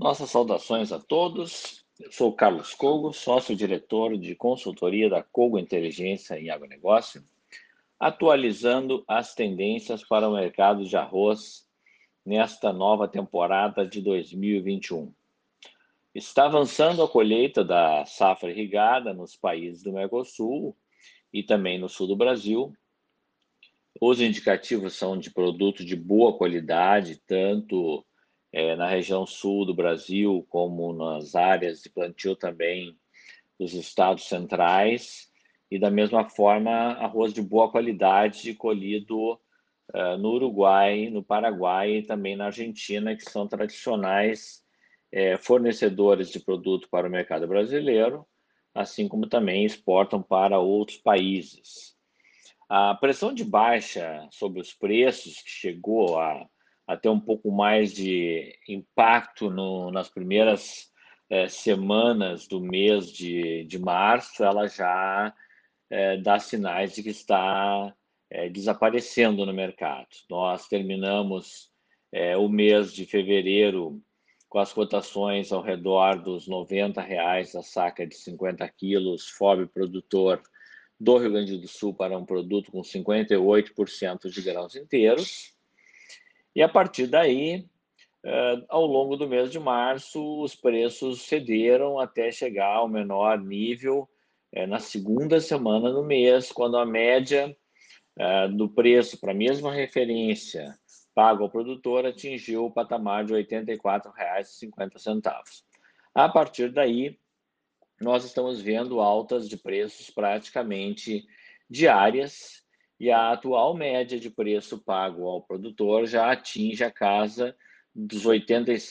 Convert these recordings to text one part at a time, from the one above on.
Nossas saudações a todos. Eu sou Carlos Cogo, sócio-diretor de consultoria da Cogo Inteligência em Agronegócio, atualizando as tendências para o mercado de arroz nesta nova temporada de 2021. Está avançando a colheita da safra irrigada nos países do Mercosul e também no sul do Brasil. Os indicativos são de produtos de boa qualidade, tanto na região sul do Brasil, como nas áreas de plantio também dos estados centrais, e da mesma forma arroz de boa qualidade colhido no Uruguai, no Paraguai e também na Argentina, que são tradicionais fornecedores de produto para o mercado brasileiro, assim como também exportam para outros países. A pressão de baixa sobre os preços, que chegou a ter um pouco mais de impacto nas primeiras semanas do mês de março, ela já dá sinais de que está desaparecendo no mercado. Nós terminamos o mês de fevereiro com as cotações ao redor dos R$ 90 a saca de 50 quilos, FOB produtor do Rio Grande do Sul para um produto com 58% de grãos inteiros. E a partir daí, ao longo do mês de março, os preços cederam até chegar ao menor nível na segunda semana do mês, quando a média do preço para a mesma referência pago ao produtor atingiu o patamar de R$ 84,50. A partir daí, nós estamos vendo altas de preços praticamente diárias, e a atual média de preço pago ao produtor já atinge a casa dos R$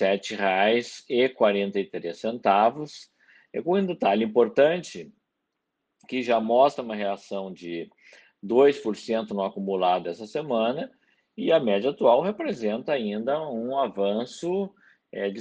87,43, com um detalhe importante que já mostra uma reação de 2% no acumulado essa semana, e a média atual representa ainda um avanço de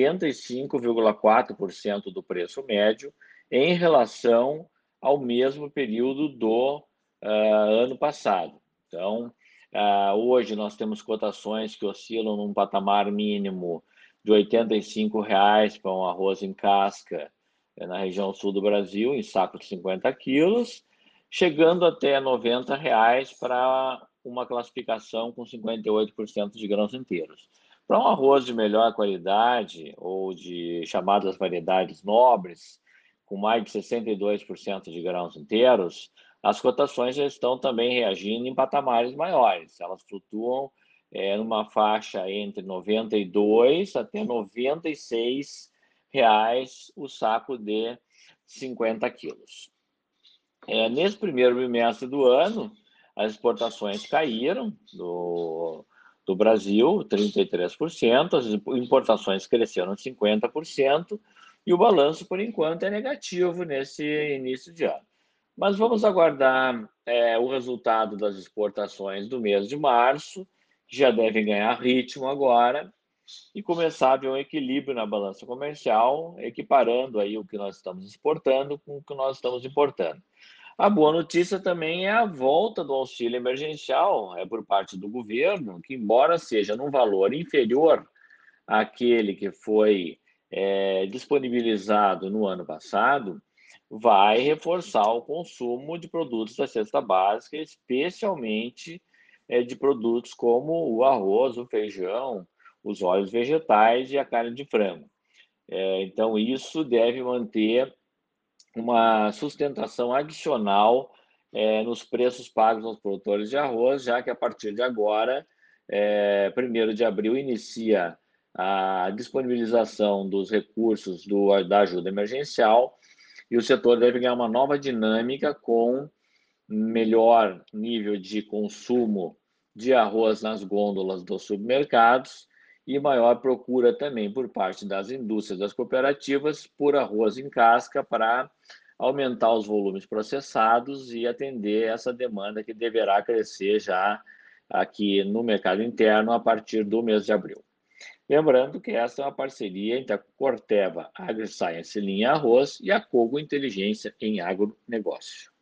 75,4% do preço médio em relação ao mesmo período do ano passado. Então, hoje nós temos cotações que oscilam num patamar mínimo de R$ 85 para um arroz em casca na região sul do Brasil, em saco de 50 quilos, chegando até R$ 90 para uma classificação com 58% de grãos inteiros. Para um arroz de melhor qualidade, ou de chamadas variedades nobres, com mais de 62% de grãos inteiros, as cotações já estão também reagindo em patamares maiores. Elas flutuam numa faixa entre R$ 92 até R$ 96 o saco de 50 quilos. Nesse primeiro bimestre do ano, as exportações caíram do Brasil, 33%, as importações cresceram 50%, e o balanço, por enquanto, é negativo nesse início de ano. Mas vamos aguardar o resultado das exportações do mês de março, que já devem ganhar ritmo agora, e começar a ver um equilíbrio na balança comercial, equiparando aí o que nós estamos exportando com o que nós estamos importando. A boa notícia também é a volta do auxílio emergencial por parte do governo, que, embora seja num valor inferior àquele que foi disponibilizado no ano passado, vai reforçar o consumo de produtos da cesta básica, especialmente de produtos como o arroz, o feijão, os óleos vegetais e a carne de frango. Então, isso deve manter uma sustentação adicional nos preços pagos aos produtores de arroz, já que a partir de agora, 1º de abril, inicia a disponibilização dos recursos da ajuda emergencial, e o setor deve ganhar uma nova dinâmica com melhor nível de consumo de arroz nas gôndolas dos supermercados e maior procura também por parte das indústrias, das cooperativas, por arroz em casca para aumentar os volumes processados e atender essa demanda que deverá crescer já aqui no mercado interno a partir do mês de abril. Lembrando que essa é uma parceria entre a Corteva AgriScience Linha Arroz e a Cogo Inteligência em Agronegócio.